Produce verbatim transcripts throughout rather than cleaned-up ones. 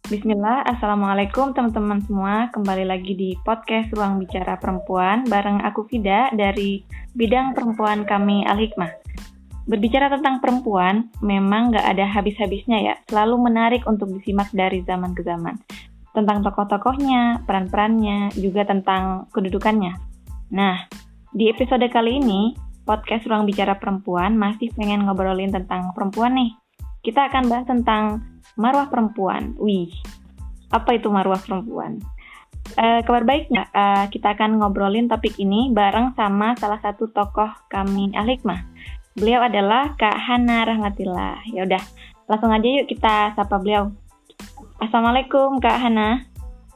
Bismillah, Assalamualaikum teman-teman semua. Kembali lagi di podcast Ruang Bicara Perempuan bareng aku Fida dari bidang perempuan kami Al-Hikmah. Berbicara tentang perempuan memang gak ada habis-habisnya ya. Selalu menarik untuk disimak dari zaman ke zaman. Tentang tokoh-tokohnya, peran-perannya, juga tentang kedudukannya. Nah, di episode kali ini, podcast Ruang Bicara Perempuan masih pengen ngobrolin tentang perempuan nih. Kita akan bahas tentang marwah perempuan. Wih, apa itu marwah perempuan? Uh, kabar baiknya, uh, kita akan ngobrolin topik ini bareng sama salah satu tokoh kami Al-Hikmah. Beliau adalah Kak Hana Rahmatillah. Ya udah, langsung aja yuk kita sapa beliau. Assalamualaikum Kak Hana.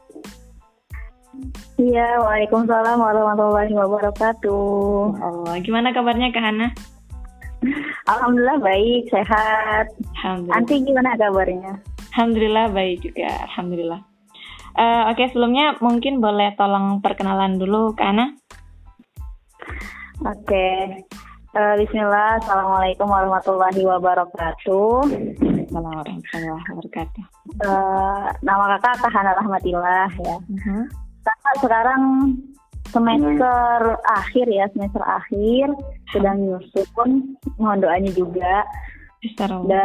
Iya, waalaikumsalam warahmatullahi wabarakatuh. Oh, gimana kabarnya Kak Hana? Alhamdulillah baik, sehat. Alhamdulillah. Anti gimana kabarnya? Alhamdulillah baik juga, alhamdulillah. Uh, Oke, okay, sebelumnya mungkin boleh tolong perkenalan dulu Kak Hana. Oke, okay. uh, Bismillah, Assalamualaikum warahmatullahi wabarakatuh. Assalamualaikum warahmatullahi wabarakatuh. Uh, nama kakak Kak Hana Rahmatillah ya. Uh-huh. Kakak sekarang semester hmm. akhir ya, semester akhir sedang nyusun, mohon doanya juga. Dan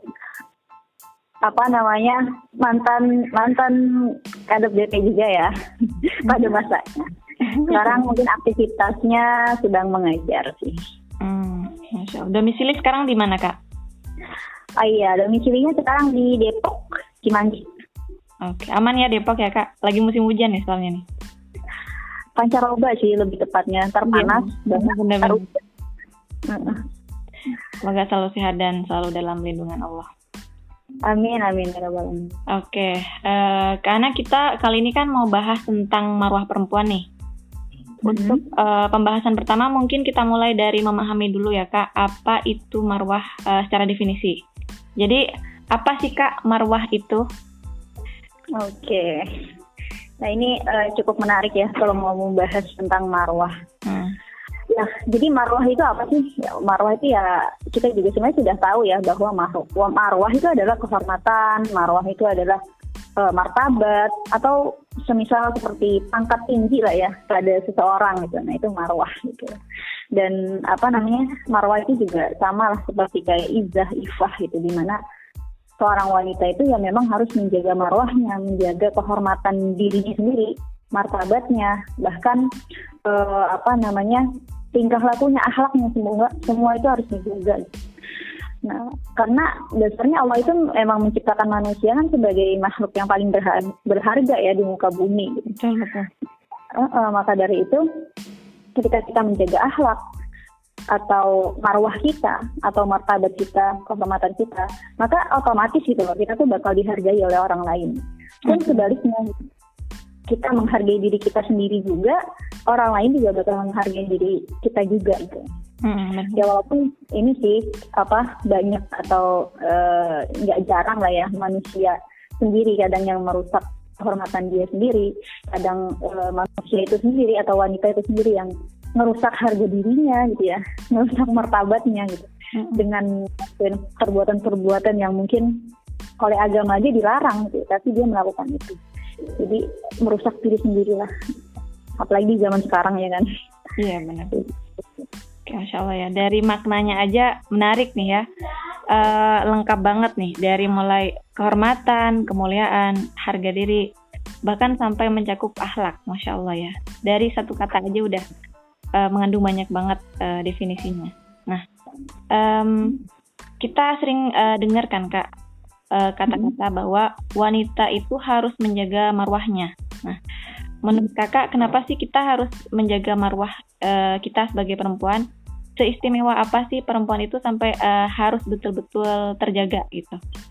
apa namanya mantan mantan kadep D P juga ya pada masanya. Sekarang mungkin aktivitasnya sedang mengajar sih. Hmm, Masya Allah. Domisili sekarang di mana Kak? Oh iya, domisilinya sekarang di Depok, Cimanggis. Oke, aman ya Depok ya Kak? Lagi musim hujan ya soalnya nih. Pancaroba sih lebih tepatnya, ntar panas ya, dan ntar semoga selalu sehat dan selalu dalam lindungan Allah. Amin amin ya rabbal alamin. Oke, uh, karena kita kali ini kan mau bahas tentang marwah perempuan nih. Untuk mm-hmm. uh, pembahasan pertama mungkin kita mulai dari memahami dulu ya Kak, apa itu marwah uh, secara definisi. Jadi apa sih Kak marwah itu? Oke. Nah ini uh, cukup menarik ya kalau mau membahas tentang marwah. Hmm. Ya, jadi marwah itu apa sih? Ya, marwah itu ya kita juga sebenarnya sudah tahu ya bahwa marwah, marwah itu adalah kehormatan, marwah itu adalah uh, martabat atau semisal seperti pangkat tinggi lah ya pada seseorang gitu. Nah itu marwah gitu. Dan apa namanya marwah itu juga sama lah seperti kayak izzah, ifah gitu, di mana seorang wanita itu ya memang harus menjaga marwahnya, menjaga kehormatan dirinya sendiri, martabatnya, bahkan eh, apa namanya tingkah lakunya, akhlaknya, semua semua itu harus dijaga. Nah, karena dasarnya Allah itu memang menciptakan manusia kan sebagai makhluk yang paling berharga, berharga ya di muka bumi. Gitu. Uh, uh, maka dari itu, ketika kita menjaga akhlak atau marwah kita atau martabat kita, kehormatan kita, maka otomatis gitu loh kita tuh bakal dihargai oleh orang lain. Dan sebaliknya kita menghargai diri kita sendiri juga, orang lain juga bakal menghargai diri kita juga gitu. Hmm, ya walaupun ini sih apa banyak atau nggak uh, jarang lah ya manusia sendiri kadang yang merusak kehormatan dia sendiri, kadang uh, manusia itu sendiri atau wanita itu sendiri yang ngerusak harga dirinya gitu ya, ngerusak martabatnya gitu, mm-hmm. dengan perbuatan-perbuatan yang mungkin oleh agama aja dilarang gitu, tapi dia melakukan itu, jadi merusak diri sendiri lah, apalagi di zaman sekarang ya kan. Iya benar. Oke, Masya Allah ya, dari maknanya aja menarik nih ya, uh, lengkap banget nih, dari mulai kehormatan, kemuliaan, harga diri, bahkan sampai mencakup akhlak, Masya Allah ya, dari satu kata aja udah Uh, mengandung banyak banget uh, definisinya. Nah, um, kita sering uh, dengar kan Kak uh, kata-kata bahwa wanita itu harus menjaga marwahnya. Nah, menurut Kakak kenapa sih kita harus menjaga marwah uh, kita sebagai perempuan? Seistimewa apa sih perempuan itu sampai uh, harus betul-betul terjaga gitu?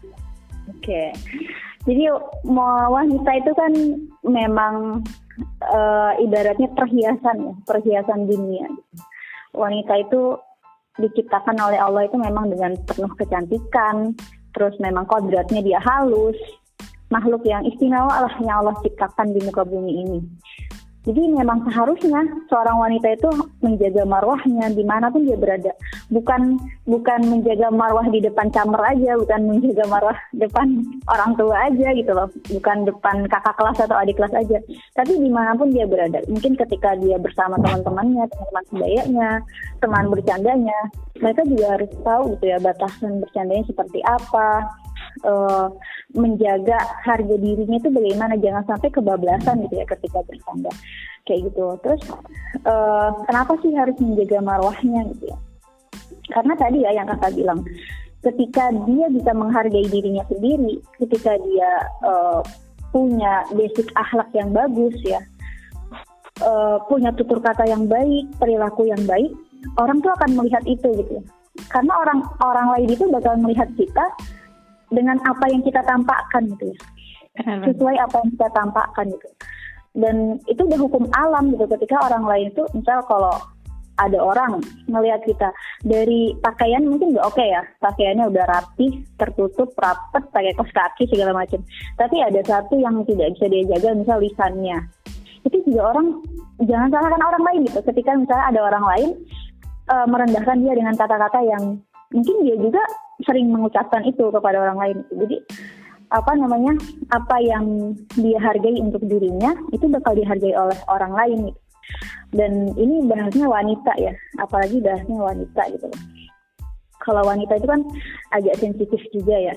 Oke, jadi wanita itu kan memang Uh, ibaratnya perhiasan ya, perhiasan dunia. Wanita itu diciptakan oleh Allah itu memang dengan penuh kecantikan, terus memang kodratnya dia halus, makhluk yang istimewa lah yang Allah ciptakan di muka bumi ini. Jadi memang seharusnya seorang wanita itu menjaga marwahnya dimanapun dia berada. Bukan bukan menjaga marwah di depan camer aja, bukan menjaga marwah depan orang tua aja gitu loh. Bukan depan kakak kelas atau adik kelas aja. Tapi dimanapun dia berada. Mungkin ketika dia bersama teman-temannya, teman-teman sebayanya, teman bercandanya, mereka juga harus tahu gitu ya batasan bercandanya seperti apa. Uh, menjaga harga dirinya itu bagaimana, jangan sampai kebablasan gitu ya ketika bercanda kayak gitu. Terus uh, kenapa sih harus menjaga marwahnya gitu ya? Karena tadi ya yang kakak bilang, ketika dia bisa menghargai dirinya sendiri, ketika dia uh, punya basic akhlak yang bagus ya, uh, punya tutur kata yang baik, perilaku yang baik, orang tuh akan melihat itu gitu ya. Karena orang orang lain itu bakal melihat kita dengan apa yang kita tampakkan gitu ya, sesuai apa yang kita tampakkan gitu. Dan itu udah hukum alam gitu, ketika orang lain itu misal kalau ada orang melihat kita dari pakaian mungkin udah oke okay ya, pakaiannya udah rapih, tertutup, rapet, pakai kaos kaki segala macam. Tapi ada satu yang tidak bisa dia jaga, misal lisannya. Itu juga orang, jangan salahkan orang lain gitu. Ketika misalnya ada orang lain uh, merendahkan dia dengan kata-kata yang mungkin dia juga sering mengucapkan itu kepada orang lain. Jadi apa namanya, apa yang dia hargai untuk dirinya itu bakal dihargai oleh orang lain gitu. Dan ini bahasnya wanita ya, apalagi bahasnya wanita gitu. Kalau wanita itu kan agak sensitif juga ya.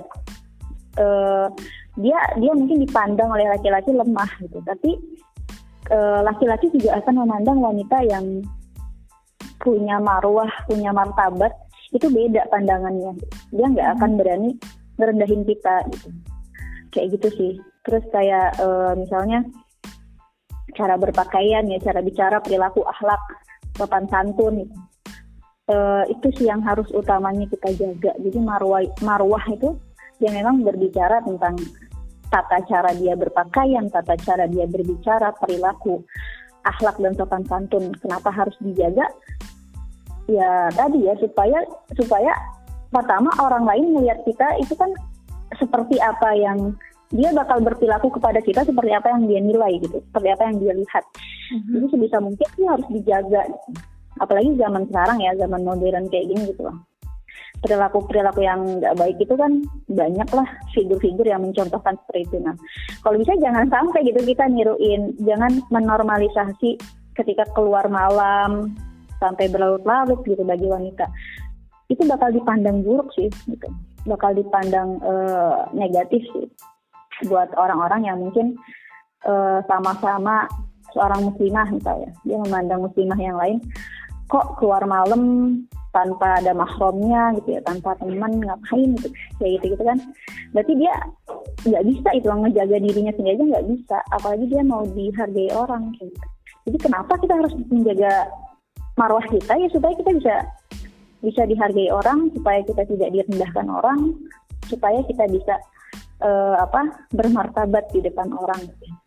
Uh, dia dia mungkin dipandang oleh laki-laki lemah gitu, tapi uh, laki-laki juga akan memandang wanita yang punya marwah, punya martabat. Itu beda pandangannya, dia nggak akan berani ngerendahin kita gitu. Kayak gitu sih. Terus kayak e, misalnya cara berpakaian ya, cara bicara, perilaku, akhlak, sopan santun gitu. E, itu sih yang harus utamanya kita jaga. Jadi marwah marwah itu dia memang berbicara tentang tata cara dia berpakaian, tata cara dia berbicara, perilaku, akhlak dan sopan santun. Kenapa harus dijaga? Ya tadi ya, supaya supaya pertama orang lain melihat kita itu kan seperti apa yang dia bakal berperilaku kepada kita, seperti apa yang dia nilai gitu, seperti apa yang dia lihat. Mm-hmm. Jadi sebisa mungkin itu harus dijaga. Apalagi zaman sekarang ya, zaman modern kayak gini gitu loh. Perilaku-perilaku yang nggak baik itu kan banyak lah figur-figur yang mencontohkan seperti itu. Nah, kalau bisa jangan sampai gitu kita niruin, jangan menormalisasi ketika keluar malam sampai berlarut-larut gitu bagi wanita. Itu bakal dipandang buruk sih gitu. Bakal dipandang uh, negatif sih buat orang-orang yang mungkin uh, sama-sama seorang muslimah misalnya. Dia memandang muslimah yang lain kok keluar malam tanpa ada mahramnya gitu ya, tanpa teman, ngapain gitu. Kayak gitu-gitu kan. Berarti dia nggak bisa itu, ngejaga dirinya sendiri aja nggak bisa. Apalagi dia mau dihargai orang gitu. Jadi kenapa kita harus menjaga marwah kita ya, supaya kita bisa bisa dihargai orang, supaya kita tidak direndahkan orang, supaya kita bisa uh, apa bermartabat di depan orang.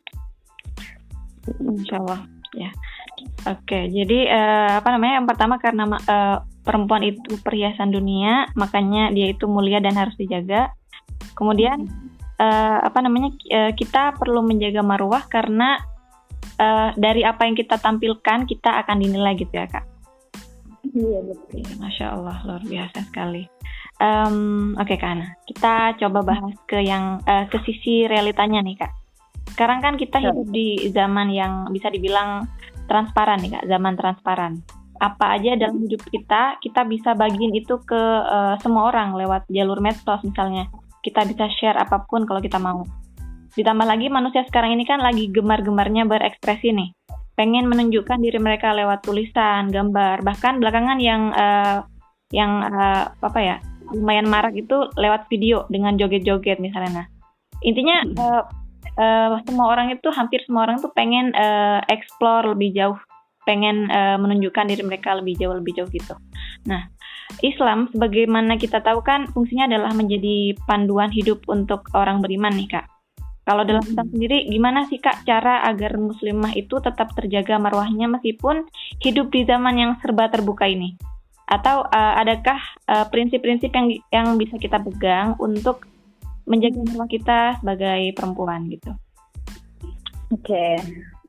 Insya Allah ya. Oke, jadi uh, apa namanya, yang pertama karena uh, perempuan itu perhiasan dunia, makanya dia itu mulia dan harus dijaga. Kemudian uh, apa namanya, uh, kita perlu menjaga marwah karena Uh, dari apa yang kita tampilkan kita akan dinilai gitu ya Kak. Iya betul. Masya Allah, luar biasa sekali. Um, Oke okay, Kak Ana, kita coba bahas ke yang uh, ke sisi realitanya nih Kak. Sekarang kan kita hidup di zaman yang bisa dibilang transparan nih Kak, zaman transparan. Apa aja dalam hidup kita, kita bisa bagiin itu ke uh, semua orang lewat jalur medsos misalnya. Kita bisa share apapun kalau kita mau. Ditambah lagi manusia sekarang ini kan lagi gemar-gemarnya berekspresi nih. Pengen menunjukkan diri mereka lewat tulisan, gambar, bahkan belakangan yang uh, yang uh, apa ya, lumayan marak itu lewat video dengan joget-joget misalnya. Nah, intinya uh, uh, semua orang itu, hampir semua orang tuh pengen uh, explore lebih jauh, pengen uh, menunjukkan diri mereka lebih jauh lebih jauh gitu. Nah, Islam sebagaimana kita tahu kan fungsinya adalah menjadi panduan hidup untuk orang beriman nih Kak. Kalau dalam Islam sendiri, gimana sih Kak cara agar muslimah itu tetap terjaga marwahnya meskipun hidup di zaman yang serba terbuka ini? Atau uh, adakah uh, prinsip-prinsip yang yang bisa kita pegang untuk menjaga marwah kita sebagai perempuan gitu? Oke, okay.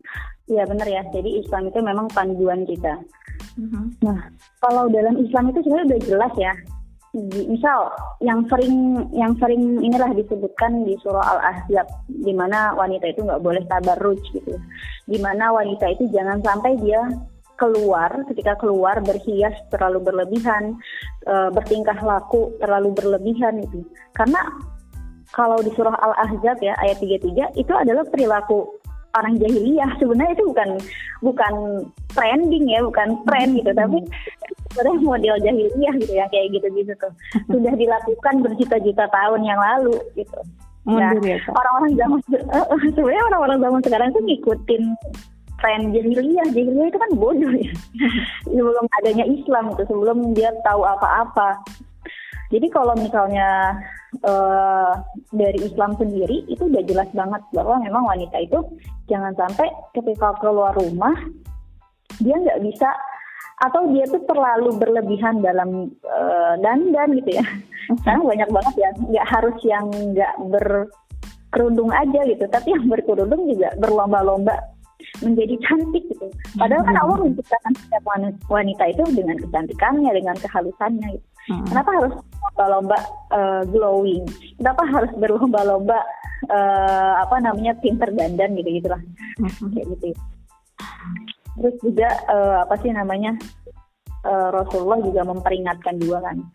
Iya benar ya. Jadi Islam itu memang panduan kita. Uh-huh. Nah, kalau dalam Islam itu sebenarnya udah jelas ya. Misal yang sering yang sering inilah disebutkan di surah Al-Ahzab, di mana wanita itu nggak boleh tabarruj gitu. Di mana wanita itu jangan sampai dia keluar, ketika keluar berhias terlalu berlebihan, e, bertingkah laku terlalu berlebihan gitu. Karena kalau di surah Al-Ahzab ya ayat tiga puluh tiga itu adalah perilaku orang jahiliyah. Sebenarnya itu bukan bukan trending ya, bukan tren gitu, tapi sebenarnya model jahiliyah gitu ya, kayak gitu-gitu tuh. Sudah dilakukan berjuta-juta tahun yang lalu gitu. Nah, ya, orang-orang zaman uh, sebenarnya orang-orang zaman sekarang tuh ngikutin tren jahiliyah. Jahiliyah itu kan bodoh ya. Sebelum adanya Islam itu, sebelum dia tahu apa-apa. Jadi kalau misalnya uh, dari Islam sendiri itu udah jelas banget bahwa memang wanita itu jangan sampai ketika keluar rumah dia nggak bisa, atau dia tuh terlalu berlebihan dalam uh, dandan gitu ya. Karena banyak banget ya, nggak harus yang nggak berkerudung aja gitu, tapi yang berkerudung juga berlomba-lomba menjadi cantik gitu. Padahal kan Allah menciptakan setiap wanita itu dengan kecantikannya, dengan kehalusannya gitu. Hmm. Kenapa harus berlomba-lomba uh, glowing? Kenapa harus berlomba-lomba uh, apa namanya pinter dandan gitu gitulah, hmm. kayak gitu. Terus juga uh, apa sih namanya uh, Rasulullah juga memperingatkan juga kan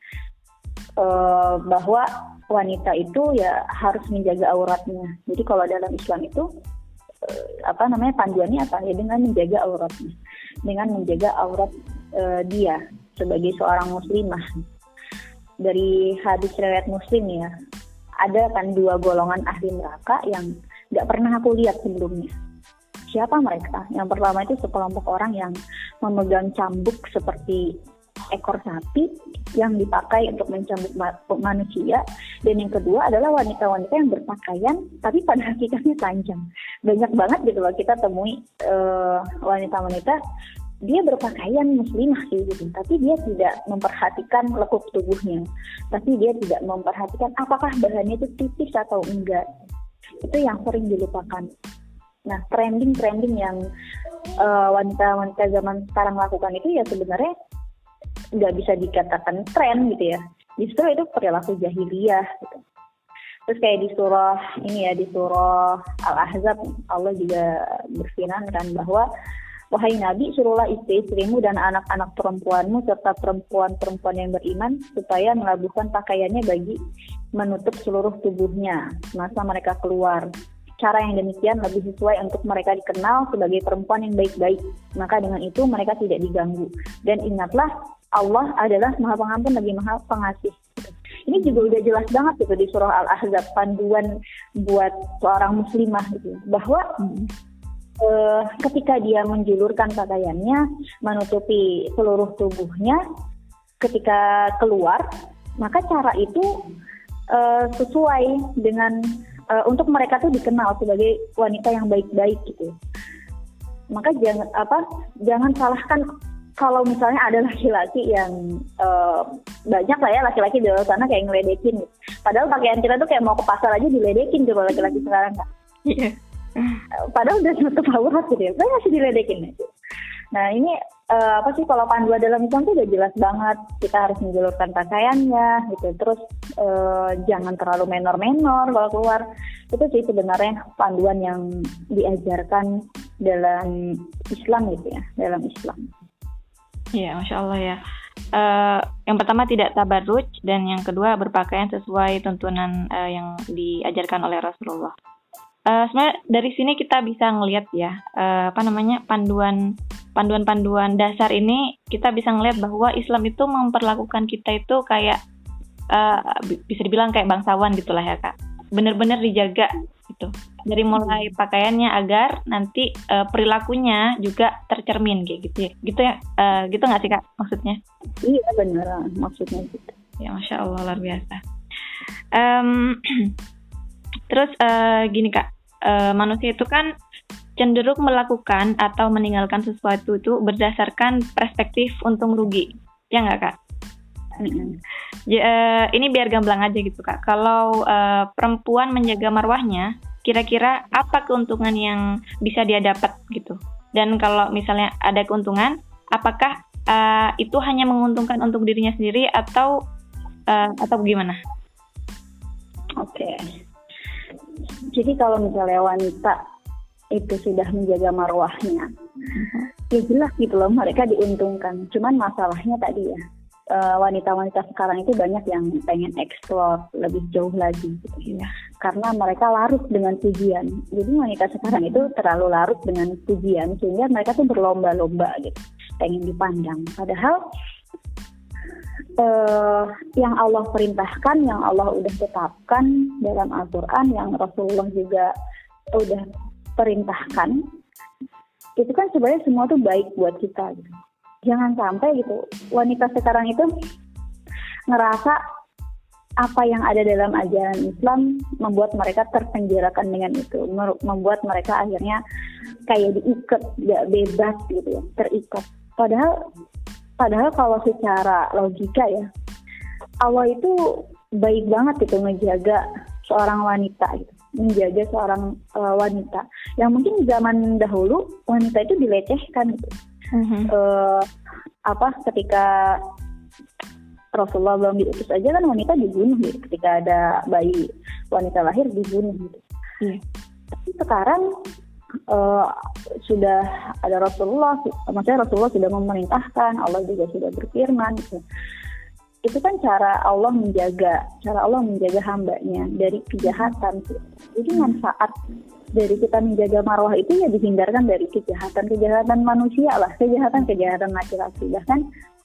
uh, bahwa wanita itu ya harus menjaga auratnya. Jadi kalau dalam Islam itu uh, apa namanya panduannya apa ya, dengan menjaga auratnya, dengan menjaga aurat uh, dia sebagai seorang muslimah. Dari hadis riwayat Muslim ya, ada kan dua golongan ahli neraka yang nggak pernah aku lihat sebelumnya. Siapa mereka? Yang pertama itu sekelompok orang yang memegang cambuk seperti ekor sapi yang dipakai untuk mencambuk ma- manusia, dan yang kedua adalah wanita-wanita yang berpakaian tapi pada hakikatnya telanjang. Banyak banget gitu loh kita temui uh, wanita-wanita dia berpakaian muslimah gitu, tapi dia tidak memperhatikan lekuk tubuhnya, tapi dia tidak memperhatikan apakah bahannya itu tipis atau enggak. Itu yang sering dilupakan. Nah, trending-trending yang uh, wanita-wanita zaman sekarang lakukan itu ya sebenarnya nggak bisa dikatakan tren gitu ya. Justru itu perilaku jahiliyah gitu. Terus kayak di surah ini ya, di surah Al-Ahzab, Allah juga berfirman kan bahwa wahai Nabi, suruhlah istri-istrimu dan anak-anak perempuanmu serta perempuan-perempuan yang beriman supaya melabuhkan pakaiannya bagi menutup seluruh tubuhnya masa mereka keluar. Cara yang demikian lebih sesuai untuk mereka dikenal sebagai perempuan yang baik-baik. Maka dengan itu mereka tidak diganggu. Dan ingatlah, Allah adalah Maha Pengampun lagi Maha Pengasih. Ini juga udah jelas banget gitu di surah Al-Ahzab, panduan buat seorang muslimah gitu, bahwa hmm. Uh, ketika dia menjulurkan pakaiannya, menutupi seluruh tubuhnya ketika keluar, maka cara itu uh, sesuai dengan uh, untuk mereka tuh dikenal sebagai wanita yang baik-baik gitu. Maka jangan apa, jangan salahkan kalau misalnya ada laki-laki yang uh, banyak lah ya laki-laki di luar sana kayak ngeledekin gitu. Padahal pakaian kita tuh kayak mau ke pasar aja diledekin gitu laki-laki sekarang kan. Iya. Padahal udah nutup aurat gitu ya, saya masih diledekin gitu. Nah ini uh, apa sih, kalau panduan dalam Islam itu udah jelas banget, kita harus menjulurkan pakaiannya gitu. Terus uh, jangan terlalu menor-menor kalau keluar. Itu sih sebenarnya panduan yang diajarkan dalam Islam gitu ya, dalam Islam. Iya, Masya Allah ya. Uh, yang pertama tidak tabarruj, dan yang kedua berpakaian sesuai tuntunan uh, yang diajarkan oleh Rasulullah. Uh, sebenarnya dari sini kita bisa ngelihat ya, uh, apa namanya panduan panduan-panduan dasar ini kita bisa ngelihat bahwa Islam itu memperlakukan kita itu kayak uh, bisa dibilang kayak bangsawan gitulah ya Kak. Benar-benar dijaga gitu. Dari mulai pakaiannya agar nanti uh, perilakunya juga tercermin kayak gitu ya. Gitu ya, uh, gitu nggak sih Kak maksudnya? Iya benar maksudnya gitu. Ya Masya Allah luar biasa. Um, terus uh, gini Kak. Uh, manusia itu kan cenderung melakukan atau meninggalkan sesuatu itu berdasarkan perspektif untung rugi, ya nggak Kak? Mm-hmm. Ya, uh, ini biar gamblang aja gitu Kak. Kalau uh, perempuan menjaga marwahnya, kira-kira apa keuntungan yang bisa dia dapat gitu Dan kalau misalnya ada keuntungan, apakah uh, itu hanya menguntungkan untuk dirinya sendiri atau uh, atau gimana? Oke. Okay. Jadi kalau misalnya wanita itu sudah menjaga marwahnya, uh-huh. ya jelas gitu loh mereka diuntungkan. Cuman masalahnya tadi ya, uh, wanita-wanita sekarang itu banyak yang pengen eksplor lebih jauh lagi gitu ya. Karena mereka larut dengan pujian. Jadi wanita sekarang itu terlalu larut dengan pujian sehingga mereka tuh berlomba-lomba gitu, pengen dipandang. Padahal eh, yang Allah perintahkan, yang Allah udah tetapkan dalam Al-Quran, yang Rasulullah juga udah perintahkan, itu kan sebenarnya semua tuh baik buat kita gitu. Jangan sampai gitu wanita sekarang itu ngerasa apa yang ada dalam ajaran Islam membuat mereka terpenjarakan dengan itu, membuat mereka akhirnya kayak diikat, gak bebas gitu ya, terikat. Padahal, padahal kalau secara logika ya, Allah itu baik banget gitu menjaga seorang wanita gitu, menjaga seorang uh, wanita yang mungkin zaman dahulu wanita itu dilecehkan gitu. Mm-hmm. Uh, apa ketika Rasulullah belum diutus aja kan wanita dibunuh gitu. Ketika ada bayi wanita lahir dibunuh gitu. Hmm. Tapi sekarang uh, sudah ada Rasulullah, maksudnya Rasulullah sudah memerintahkan, Allah juga sudah berfirman gitu. Itu kan cara Allah menjaga, cara Allah menjaga hambanya dari kejahatan. Jadi manfaat dari kita menjaga marwah itu ya dihindarkan dari kejahatan-kejahatan manusia lah, kejahatan-kejahatan laki-laki. Bahkan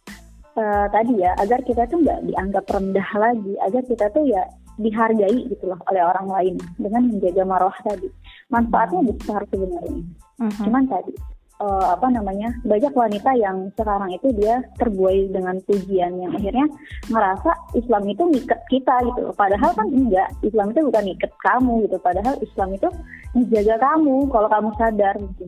Uh, tadi ya, agar kita tuh nggak dianggap rendah lagi, agar kita tuh ya dihargai gitu loh oleh orang lain dengan menjaga marwah tadi. Manfaatnya besar sebenarnya. Uh-huh. Cuman tadi uh, apa namanya banyak wanita yang sekarang itu dia terbuai dengan pujian yang akhirnya ngerasa Islam itu ngikat kita gitu. Padahal kan enggak, Islam itu bukan ngikat kamu gitu. Padahal Islam itu menjaga kamu kalau kamu sadar gitu.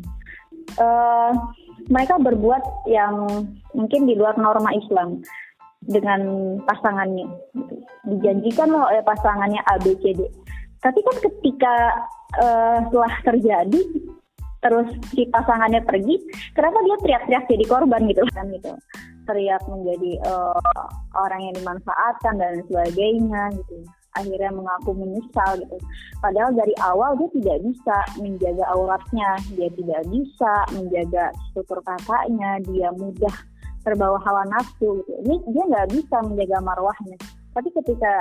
Uh, mereka berbuat yang mungkin di luar norma Islam dengan pasangannya gitu. Dijanjikan loh oleh pasangannya A B C D, tapi kan ketika uh, setelah terjadi terus si pasangannya pergi, kenapa dia teriak-teriak jadi korban gitu kan gitu, teriak menjadi uh, orang yang dimanfaatkan dan sebagainya gitu. Akhirnya mengaku menyesal gitu. Padahal dari awal dia tidak bisa menjaga auratnya, dia tidak bisa menjaga tutur katanya, dia mudah terbawa hawa nafsu gitu. Ini dia nggak bisa menjaga marwahnya. Tapi ketika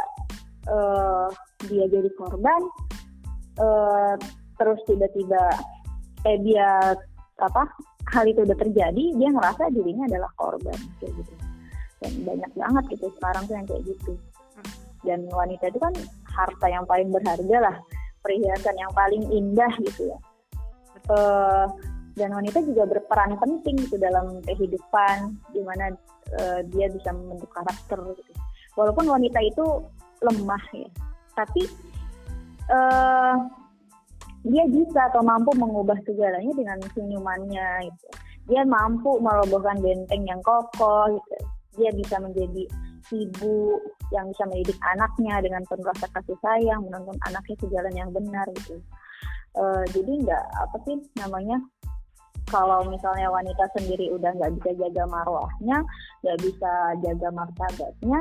uh, dia jadi korban, uh, terus tiba-tiba eh dia apa hal itu udah terjadi, dia ngerasa dirinya adalah korban kayak gitu. Dan banyak banget gitu sekarang tuh yang kayak gitu. Dan wanita itu kan harta yang paling berharga lah, perhiasan yang paling indah gitu ya. Uh, dan wanita juga berperan penting gitu dalam kehidupan, di mana uh, dia bisa membentuk karakter gitu. Walaupun wanita itu lemah ya, tapi uh, dia bisa atau mampu mengubah segalanya dengan senyumannya gitu. Dia mampu merobohkan benteng yang kokoh gitu. Dia bisa menjadi ibu yang bisa mendidik anaknya dengan penuh rasa kasih sayang, menuntun anaknya ke jalan yang benar gitu. Uh, jadi nggak apa sih namanya, kalau misalnya wanita sendiri udah nggak bisa jaga marwahnya, nggak bisa jaga martabatnya,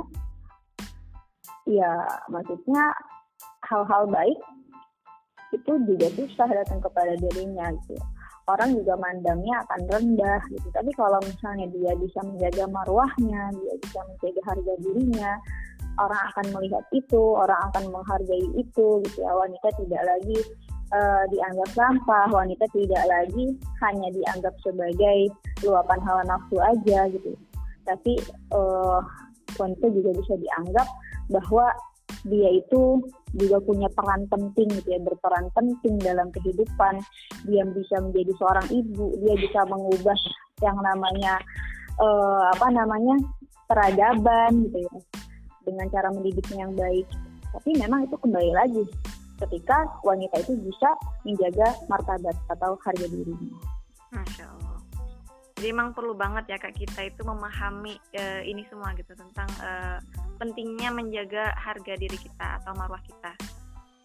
ya maksudnya hal-hal baik itu juga susah datang kepada dirinya gitu. Orang juga mandangnya akan rendah gitu. Tapi kalau misalnya dia bisa menjaga marwahnya, dia bisa menjaga harga dirinya, orang akan melihat itu, orang akan menghargai itu gitu ya. Wanita tidak lagi uh, dianggap sampah, wanita tidak lagi hanya dianggap sebagai luapan hawa nafsu aja gitu. Tapi uh, wanita juga bisa dianggap bahwa dia itu juga punya peran penting gitu ya, berperan penting dalam kehidupan. Dia bisa menjadi seorang ibu, dia bisa mengubah yang namanya uh, apa namanya peradaban gitu ya, dengan cara mendidiknya yang baik. Tapi memang itu kembali lagi ketika wanita itu bisa menjaga martabat atau harga dirinya. Masya Allah. Jadi emang perlu banget ya Kak kita itu memahami uh, ini semua gitu tentang uh, pentingnya menjaga harga diri kita atau marwah kita.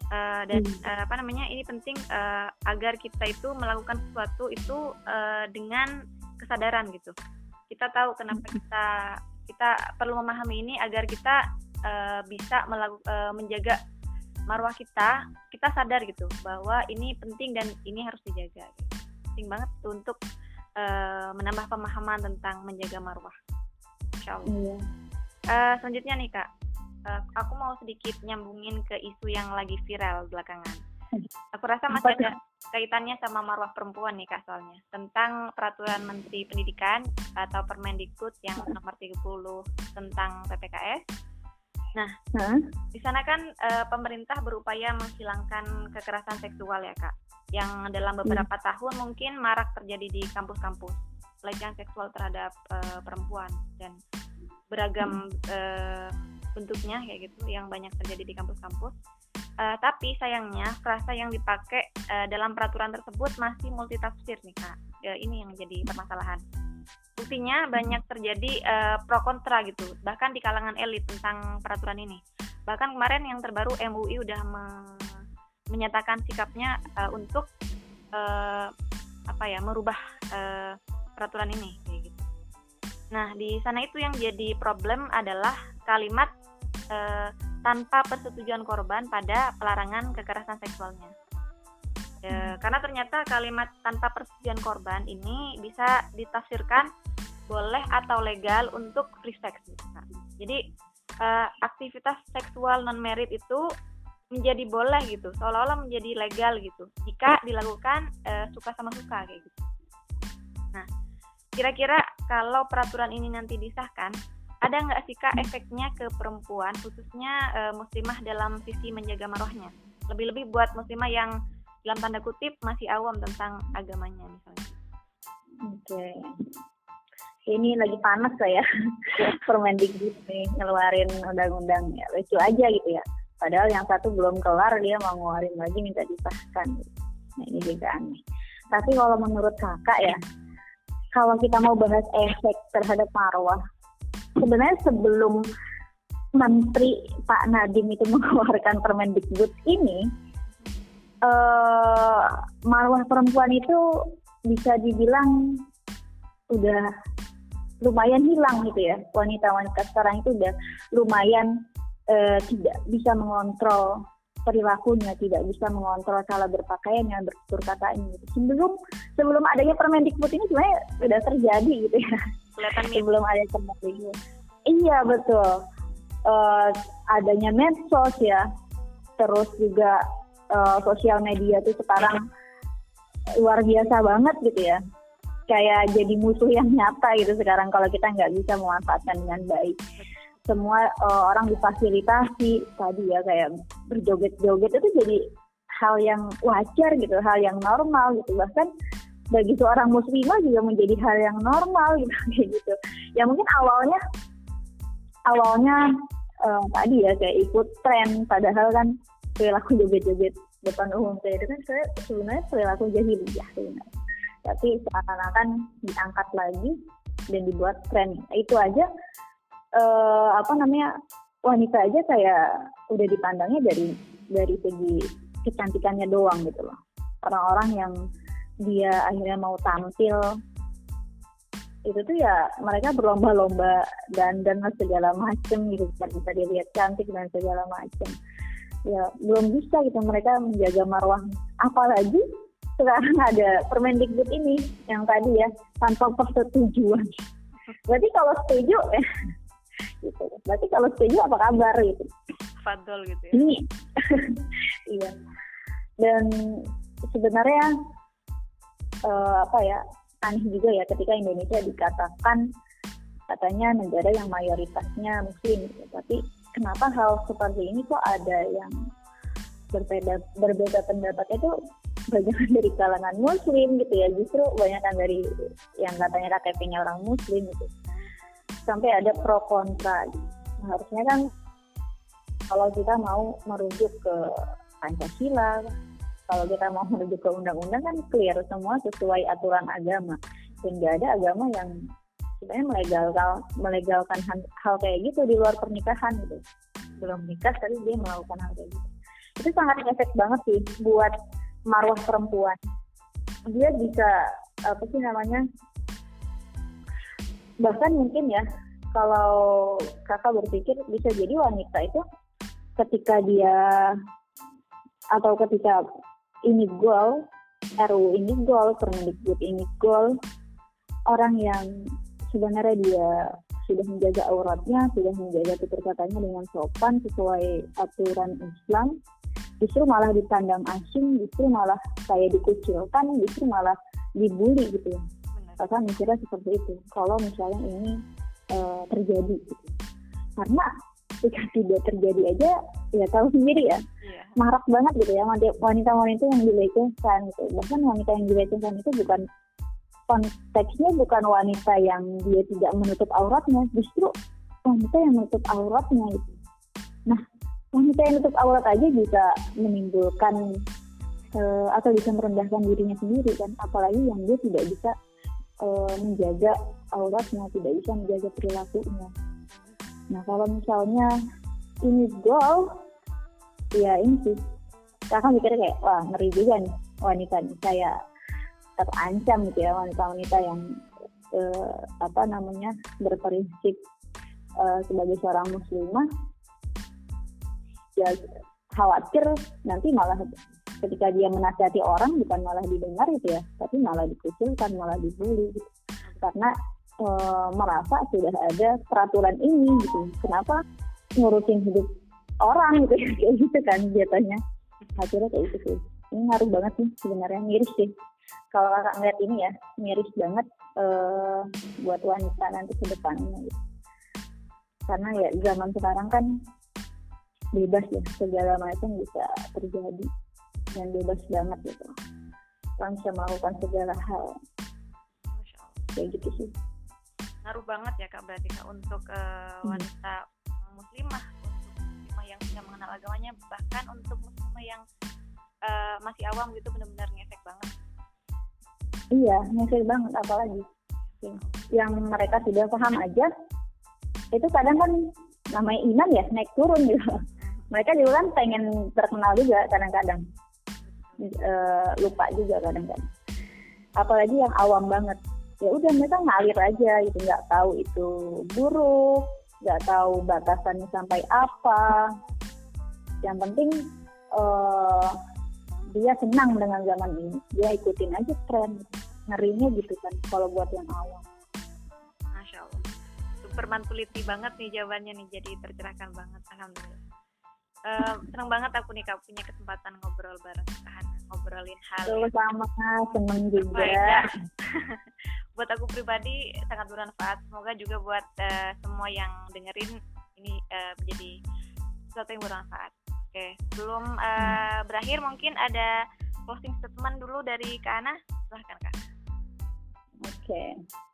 uh, dan hmm. uh, apa namanya ini penting uh, agar kita itu melakukan sesuatu itu uh, dengan kesadaran gitu. Kita tahu kenapa kita kita perlu memahami ini agar kita uh, bisa melaku, uh, menjaga marwah kita. Kita sadar gitu bahwa ini penting dan ini harus dijaga. Gitu. Penting banget untuk uh, menambah pemahaman tentang menjaga marwah. Insyaallah. Hmm. Uh, selanjutnya nih Kak. Uh, aku mau sedikit nyambungin ke isu yang lagi viral belakangan. Aku rasa masih ada kaitannya sama marwah perempuan nih Kak soalnya. Tentang peraturan Menteri Pendidikan atau Permendikbud yang nomor tiga puluh tentang P P K S. Nah, huh? di sana kan uh, pemerintah berupaya menghilangkan kekerasan seksual ya Kak. Yang dalam beberapa hmm. tahun mungkin marak terjadi di kampus-kampus. Pelecehan seksual terhadap uh, perempuan dan beragam hmm. uh, bentuknya kayak gitu yang banyak terjadi di kampus-kampus. Uh, tapi sayangnya frasa yang dipakai uh, dalam peraturan tersebut masih multitafsir nih Kak. Uh, ini yang jadi permasalahan. Buktinya banyak terjadi uh, pro kontra gitu, bahkan di kalangan elit tentang peraturan ini. Bahkan kemarin yang terbaru M U I udah me- menyatakan sikapnya uh, untuk uh, apa ya merubah uh, peraturan ini kayak gitu. Nah di sana itu yang jadi problem adalah kalimat uh, tanpa persetujuan korban pada pelarangan kekerasan seksualnya. E, karena ternyata kalimat tanpa persetujuan korban ini bisa ditafsirkan boleh atau legal untuk free sex. Jadi e, aktivitas seksual non-married itu menjadi boleh gitu, seolah-olah menjadi legal gitu, jika dilakukan e, suka sama suka kayak gitu. Nah, kira-kira kalau peraturan ini nanti disahkan, ada nggak sih Kak efeknya ke perempuan, khususnya e, muslimah dalam sisi menjaga marwahnya? Lebih-lebih buat muslimah yang dalam tanda kutip masih awam tentang agamanya misalnya. Oke, okay. Ini lagi panas lah ya, Permendikbud nih ngeluarin undang-undang ya, lucu aja gitu ya. Padahal yang satu belum kelar dia mau ngeluarin lagi minta disahkan. Nah ini juga aneh. Tapi kalau menurut kakak ya, kalau kita mau bahas efek terhadap marwah, sebenarnya sebelum Menteri Pak Nadiem itu mengeluarkan Permendikbud ini, uh, marwah perempuan itu bisa dibilang udah lumayan hilang gitu ya. Wanita-wanita sekarang itu udah lumayan uh, tidak bisa mengontrol perilakunya, tidak bisa mengontrol cara berpakaian dan bertutur katanya gitu. Sebelum sebelum adanya Permendikbud ini sebenarnya sudah terjadi gitu ya. Sebelum ada Permendikbud. Iya betul. Uh, adanya medsos ya, terus juga uh, sosial media tuh sekarang luar biasa banget gitu ya, kayak jadi musuh yang nyata gitu sekarang kalau kita nggak bisa memanfaatkan dengan baik. Semua uh, orang difasilitasi tadi ya, kayak berjoget-joget itu jadi hal yang wajar gitu, hal yang normal gitu, bahkan bagi seorang muslimah juga menjadi hal yang normal gitu kayak gitu. Ya mungkin awalnya awalnya uh, tadi ya kayak ikut tren, padahal kan perilaku joget-joget depan umum kayak itu kan sebenarnya perilaku jahiliyah sebenarnya. Tapi seakan-akan diangkat lagi dan dibuat tren. Itu aja uh, apa namanya wanita aja kayak udah dipandangnya dari dari segi kecantikannya doang gitu loh. Orang-orang yang dia akhirnya mau tampil itu tuh ya mereka berlomba-lomba dan dan segala macem gitu, bisa dilihat cantik dan segala macem. Ya belum bisa gitu mereka menjaga marwah. Apalagi sekarang ada Permendikbud ini yang tadi ya tanpa persetujuan. Berarti kalau setuju ya, gitu. Berarti kalau setuju apa kabar gitu? Fadol gitu ya. Ini, iya. Dan sebenarnya uh, apa ya? Aneh juga ya ketika Indonesia dikatakan katanya negara yang mayoritasnya muslim gitu. Tapi kenapa hal seperti ini kok ada yang berbeda berbeda pendapatnya itu banyak dari kalangan muslim gitu ya, justru banyak dari yang katanya K T P-nya orang muslim gitu. Sampai ada pro kontra gitu. Nah, harusnya kan kalau kita mau merujuk ke Pancasila, kalau kita mau menuju ke undang-undang kan clear semua sesuai aturan agama, dan nggak ada agama yang sebenarnya melegalkan melegalkan hal kayak gitu di luar pernikahan gitu. Belum nikah tapi dia melakukan hal kayak gitu. itu sangat efek banget sih buat marwah perempuan. Dia bisa apa sih namanya, bahkan mungkin ya kalau kakak berpikir bisa jadi wanita itu ketika dia atau ketika ini goal R U ini goal, Permendikbud ini goal, orang yang sebenarnya dia sudah menjaga auratnya, sudah menjaga tutur katanya dengan sopan sesuai aturan Islam, justru malah dipandang asing, justru malah kayak dikucilkan, justru malah dibully gitu ya. Kakak mikirnya seperti itu kalau misalnya ini uh, terjadi gitu. Karena jika tidak terjadi aja ya tahu sendiri ya, yeah. marak banget gitu ya wanita-wanita yang dilecehkan gitu. Bahkan wanita yang dilecehkan itu bukan konteksnya bukan wanita yang dia tidak menutup auratnya, justru wanita yang menutup auratnya itu. Nah, wanita yang menutup aurat aja bisa menimbulkan uh, atau bisa merendahkan dirinya sendiri kan, apalagi yang dia tidak bisa uh, menjaga auratnya, tidak bisa menjaga perilakunya. Nah, kalau misalnya ini goal, ya ini sih kakak mikirnya kayak wah ngeri juga nih wanita nih, kayak terancam gitu ya wanita-wanita yang eh, apa namanya berprinsip eh, sebagai seorang muslimah, ya khawatir nanti malah ketika dia menasihati orang bukan malah didengar gitu ya, tapi malah dikucilkan, malah dibully gitu. Karena eh, merasa sudah ada peraturan ini gitu, kenapa ngurusin hidup orang gitu ya, kayak gitu kan jatuhnya. Akhirnya kayak gitu sih, ini ngaruh banget sih sebenarnya, miris sih kalau kakak ngeliat ini ya, miris banget uh, buat wanita nanti ke depannya gitu. Karena ya zaman sekarang kan bebas ya, segala macam bisa terjadi dan bebas banget gitu, orang bisa melakukan segala hal. Kayak gitu sih. Ngaruh banget ya kak berarti kak untuk uh, wanita hmm. muslimah, untuk muslimah yang sudah mengenal agamanya, bahkan untuk muslimah yang uh, masih awam gitu, benar-benar ngefek banget. Iya, ngefek banget, apalagi yang mereka sudah paham aja, itu kadang kan namanya iman ya naik turun gitu. Mereka juga kan pengen terkenal juga kadang-kadang, e, lupa juga kadang-kadang. Apalagi yang awam banget, ya udah mereka ngalir aja gitu, nggak tahu itu buruk, nggak tahu batasannya sampai apa. Yang penting e, dia senang dengan zaman ini, dia ikutin aja tren. Ngerinya gitu kan kalau buat yang awam. Masya Allah, super manpuliti banget nih jawabannya nih, jadi tercerahkan banget, alhamdulillah. Uh, senang banget aku nih kak punya kesempatan ngobrol bareng Kak Hana, ngobrolin hal sama seneng juga. Buat aku pribadi sangat bermanfaat, semoga juga buat uh, semua yang dengerin ini uh, menjadi sesuatu yang bermanfaat. Oke, sebelum uh, berakhir mungkin ada closing statement dulu dari Kak Hana, silahkan kak. Oke, okay.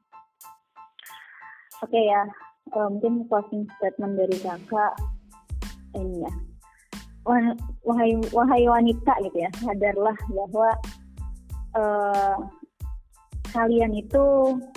oke okay, ya, uh, mungkin closing statement dari kakak ini ya, wahai wahai wanita gitu ya, sadarlah bahwa uh, kalian itu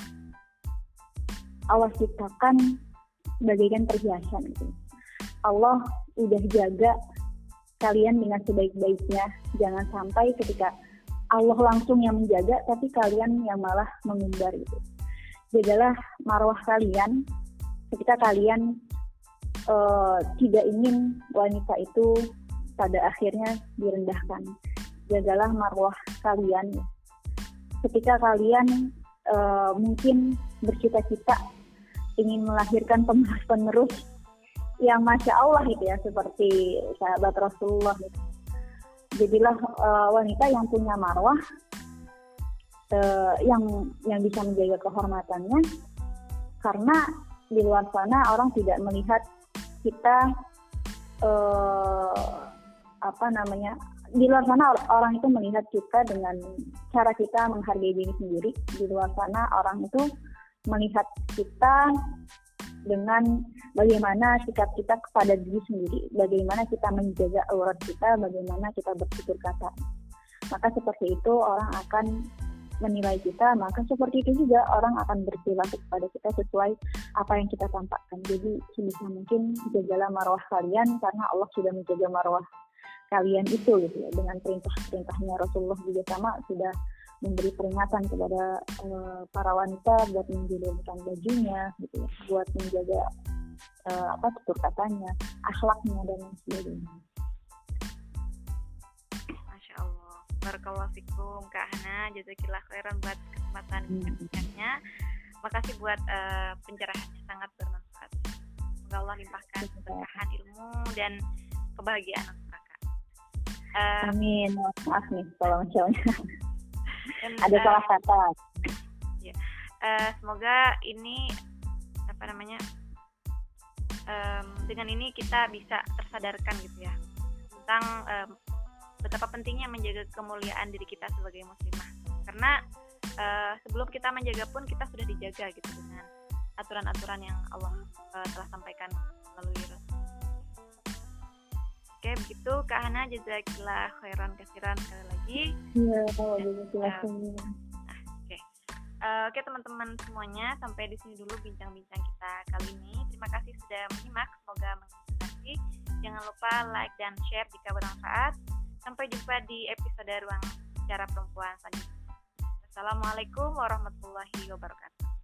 Allah ciptakan bagaikan perhiasan gitu. Allah udah jaga kalian dengan sebaik-baiknya, jangan sampai ketika Allah langsung yang menjaga, tapi kalian yang malah mengumbar gitu. Jagalah marwah kalian ketika kalian uh, tidak ingin wanita itu pada akhirnya direndahkan. Jagalah marwah kalian ketika kalian uh, mungkin bercita-cita ingin melahirkan penerus-penerus yang masya Allah gitu ya, seperti sahabat Rasulullah gitu. Jadilah uh, wanita yang punya marwah, uh, yang yang bisa menjaga kehormatannya, karena di luar sana orang tidak melihat kita uh, apa namanya, di luar sana orang itu melihat kita dengan cara kita menghargai diri sendiri. Di luar sana orang itu melihat kita dengan bagaimana sikap kita kepada diri sendiri, bagaimana kita menjaga aurat kita, bagaimana kita bertutur kata. Maka seperti itu orang akan menilai kita, maka seperti itu juga orang akan berperilaku kepada kita sesuai apa yang kita tampakkan. Jadi sebisa mungkin jagalah marwah kalian, karena Allah sudah menjaga marwah kalian itu gitu ya, dengan perintah-perintahnya Rasulullah juga sama sudah memberi peringatan kepada uh, para wanita buat menjulurkan bajunya gitu ya, buat menjaga uh, apa tutur katanya, akhlaknya dan lain sebagainya. Masya Allah, barakallahu fikum Kak Hana, jazakillah khairan buat kesempatan bincangnya. Hmm. Makasih buat uh, pencerahannya, sangat bermanfaat. Semoga Allah limpahkan keberkahan ilmu dan kebahagiaan untuk kakak. Uh, Amin. Maaf nih kalau misalnya ada uh, salah kata. Ya. Uh, semoga ini apa namanya um, dengan ini kita bisa tersadarkan gitu ya tentang um, betapa pentingnya menjaga kemuliaan diri kita sebagai muslimah. Karena uh, sebelum kita menjaga pun kita sudah dijaga gitu dengan aturan-aturan yang Allah uh, telah sampaikan melalui Rasul. Oke, begitu Kak Hana, jazakillah khairan kasiran sekali lagi. Iya, jazakillah khairan. Oke. Uh, oke teman-teman semuanya, sampai di sini dulu bincang-bincang kita kali ini. Terima kasih sudah menyimak, semoga menginspirasi. Jangan lupa like dan share jika bermanfaat. Sampai jumpa di episode Ruang Bicara Perempuan selanjutnya. Assalamualaikum warahmatullahi wabarakatuh.